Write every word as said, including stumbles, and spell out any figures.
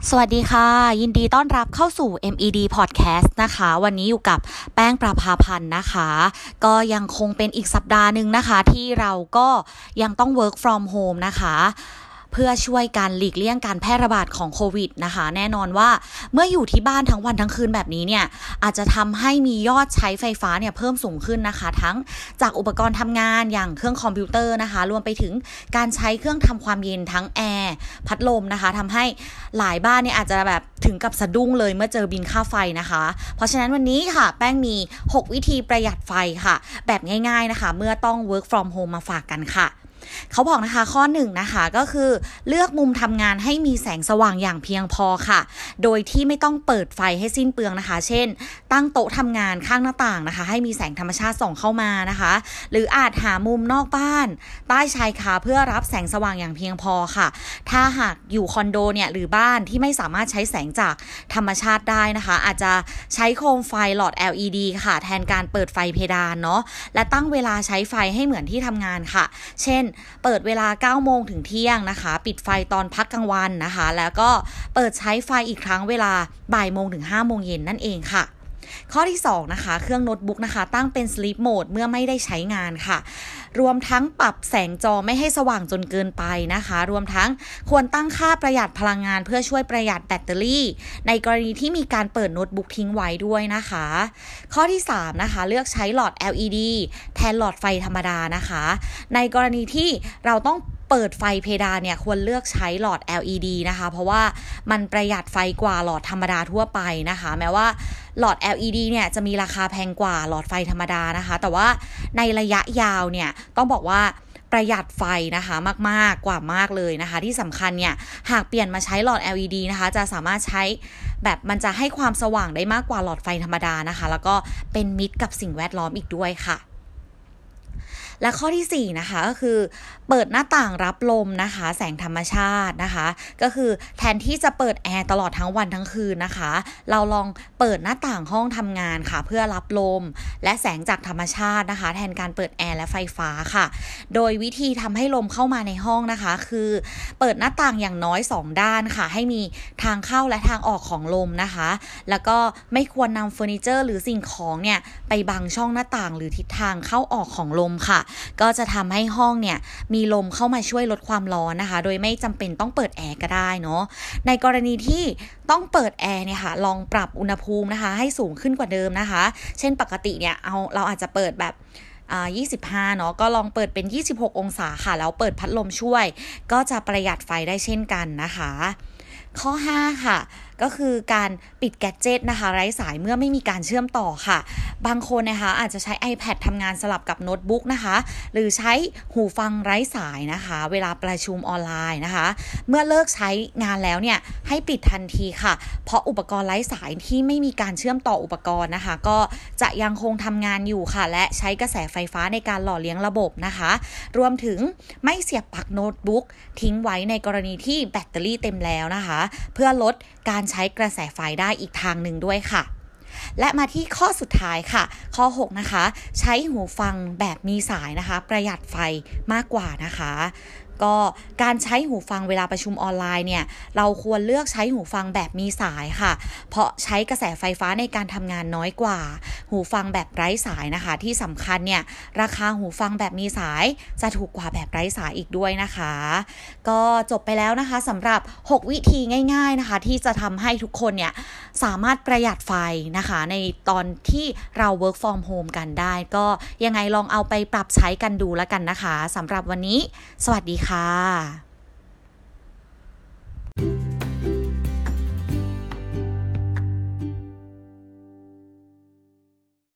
สวัสดีค่ะยินดีต้อนรับเข้าสู่ เอ็ม อี ดี Podcast นะคะวันนี้อยู่กับแป้งประภาพันธ์นะคะก็ยังคงเป็นอีกสัปดาห์หนึ่งนะคะที่เราก็ยังต้อง work from home นะคะเพื่อช่วยการหลีกเลี่ยงการแพร่ระบาดของโควิดนะคะแน่นอนว่าเมื่ออยู่ที่บ้านทั้งวันทั้งคืนแบบนี้เนี่ยอาจจะทำให้มียอดใช้ไฟฟ้าเนี่ยเพิ่มสูงขึ้นนะคะทั้งจากอุปกรณ์ทำงานอย่างเครื่องคอมพิวเตอร์นะคะรวมไปถึงการใช้เครื่องทำความเย็นทั้งแอร์พัดลมนะคะทำให้หลายบ้านเนี่ยอาจจะแบบถึงกับสะดุ้งเลยเมื่อเจอบิลค่าไฟนะคะเพราะฉะนั้นวันนี้ค่ะแป้งมีหกวิธีประหยัดไฟค่ะแบบง่ายๆนะคะเมื่อต้อง work from home มาฝากกันค่ะเขาบอกนะคะข้อหนึ่งนะคะก็คือเลือกมุมทำงานให้มีแสงสว่างอย่างเพียงพอค่ะโดยที่ไม่ต้องเปิดไฟให้สิ้นเปลืองนะคะเช่นตั้งโต๊ะทำงานข้างหน้าต่างนะคะให้มีแสงธรรมชาติส่องเข้ามานะคะหรืออาจหามุมนอกบ้านใต้ชายคาเพื่อรับแสงสว่างอย่างเพียงพอค่ะถ้าหากอยู่คอนโดเนี่ยหรือบ้านที่ไม่สามารถใช้แสงจากธรรมชาติได้นะคะอาจจะใช้โคมไฟหลอด แอล อี ดี ค่ะแทนการเปิดไฟเพดานเนาะและตั้งเวลาใช้ไฟให้เหมือนที่ทำงานค่ะเช่นเปิดเวลา เก้าโมงถึงเที่ยงนะคะปิดไฟตอนพักกลางวันนะคะแล้วก็เปิดใช้ไฟอีกครั้งเวลาบ่ายโมงถึงห้าโมงเย็นนั่นเองค่ะข้อที่สองนะคะเครื่องโน้ตบุ๊กนะคะตั้งเป็น sleep mode เมื่อไม่ได้ใช้งานค่ะรวมทั้งปรับแสงจอไม่ให้สว่างจนเกินไปนะคะรวมทั้งควรตั้งค่าประหยัดพลังงานเพื่อช่วยประหยัดแบตเตอรี่ในกรณีที่มีการเปิดโน้ตบุ๊กทิ้งไว้ด้วยนะคะข้อที่สามนะคะเลือกใช้หลอด แอล อี ดี แทนหลอดไฟธรรมดานะคะในกรณีที่เราต้องเปิดไฟเพดานเนี่ยควรเลือกใช้หลอด แอล อี ดี นะคะเพราะว่ามันประหยัดไฟกว่าหลอดธรรมดาทั่วไปนะคะแม้ว่าหลอด แอล อี ดี เนี่ยจะมีราคาแพงกว่าหลอดไฟธรรมดานะคะแต่ว่าในระยะยาวเนี่ยต้องบอกว่าประหยัดไฟนะคะมากๆกว่ามากเลยนะคะที่สำคัญเนี่ยหากเปลี่ยนมาใช้หลอด แอล อี ดี นะคะจะสามารถใช้แบบมันจะให้ความสว่างได้มากกว่าหลอดไฟธรรมดานะคะแล้วก็เป็นมิตรกับสิ่งแวดล้อมอีกด้วยค่ะและข้อที่สี่นะคะก็คือเปิดหน้าต่างรับลมนะคะแสงธรรมชาตินะคะก็คือแทนที่จะเปิดแอร์ตลอดทั้งวันทั้งคืนนะคะเราลองเปิดหน้าต่างห้องทำงานค่ะเพื่อรับลมและแสงจากธรรมชาตินะคะแทนการเปิดแอร์และไฟฟ้าค่ะโดยวิธีทำให้ลมเข้ามาในห้องนะคะคือเปิดหน้าต่างอย่างน้อยสองด้านค่ะให้มีทางเข้าและทางออกของลมนะคะแล้วก็ไม่ควรนำเฟอร์นิเจอร์หรือสิ่งของเนี่ยไปบังช่องหน้าต่างหรือทิศทางเข้าออกของลมค่ะก็จะทำให้ห้องเนี่ยมีลมเข้ามาช่วยลดความร้อนนะคะโดยไม่จำเป็นต้องเปิดแอร์ก็ได้เนาะในกรณีที่ต้องเปิดแอร์เนี่ยค่ะลองปรับอุณหภูมินะคะให้สูงขึ้นกว่าเดิมนะคะเช่นปกติเนี่ยเอาเราอาจจะเปิดแบบอ่ายี่สิบห้าเนาะก็ลองเปิดเป็นยี่สิบหกองศาค่ะแล้วเปิดพัดลมช่วยก็จะประหยัดไฟได้เช่นกันนะคะข้อห้าค่ะก็คือการปิดแกดเจ็ตนะคะไร้สายเมื่อไม่มีการเชื่อมต่อค่ะบางคนนะคะอาจจะใช้ iPad ทำงานสลับกับโน้ตบุ๊กนะคะหรือใช้หูฟังไร้สายนะคะเวลาประชุมออนไลน์นะคะเมื่อเลิกใช้งานแล้วเนี่ยให้ปิดทันทีค่ะเพราะอุปกรณ์ไร้สายที่ไม่มีการเชื่อมต่ออุปกรณ์นะคะก็จะยังคงทำงานอยู่ค่ะและใช้กระแสไฟฟ้าในการหล่อเลี้ยงระบบนะคะรวมถึงไม่เสียบปลั๊กโน้ตบุ๊กทิ้งไว้ในกรณีที่แบตเตอรี่เต็มแล้วนะคะเพื่อลดการใช้กระแสไฟได้อีกทางหนึ่งด้วยค่ะและมาที่ข้อสุดท้ายค่ะข้อหกนะคะใช้หูฟังแบบมีสายนะคะประหยัดไฟมากกว่านะคะก็การใช้หูฟังเวลาประชุมออนไลน์เนี่ยเราควรเลือกใช้หูฟังแบบมีสายค่ะเพราะใช้กระแสไฟฟ้าในการทำงานน้อยกว่าหูฟังแบบไร้สายนะคะที่สำคัญเนี่ยราคาหูฟังแบบมีสายจะถูกกว่าแบบไร้สายอีกด้วยนะคะก็จบไปแล้วนะคะสำหรับหกวิธีง่ายๆนะคะที่จะทำให้ทุกคนเนี่ยสามารถประหยัดไฟนะคะในตอนที่เรา work from home กันได้ก็ยังไงลองเอาไปปรับใช้กันดูแล้วกันนะคะสำหรับวันนี้สวัสดีค่ะ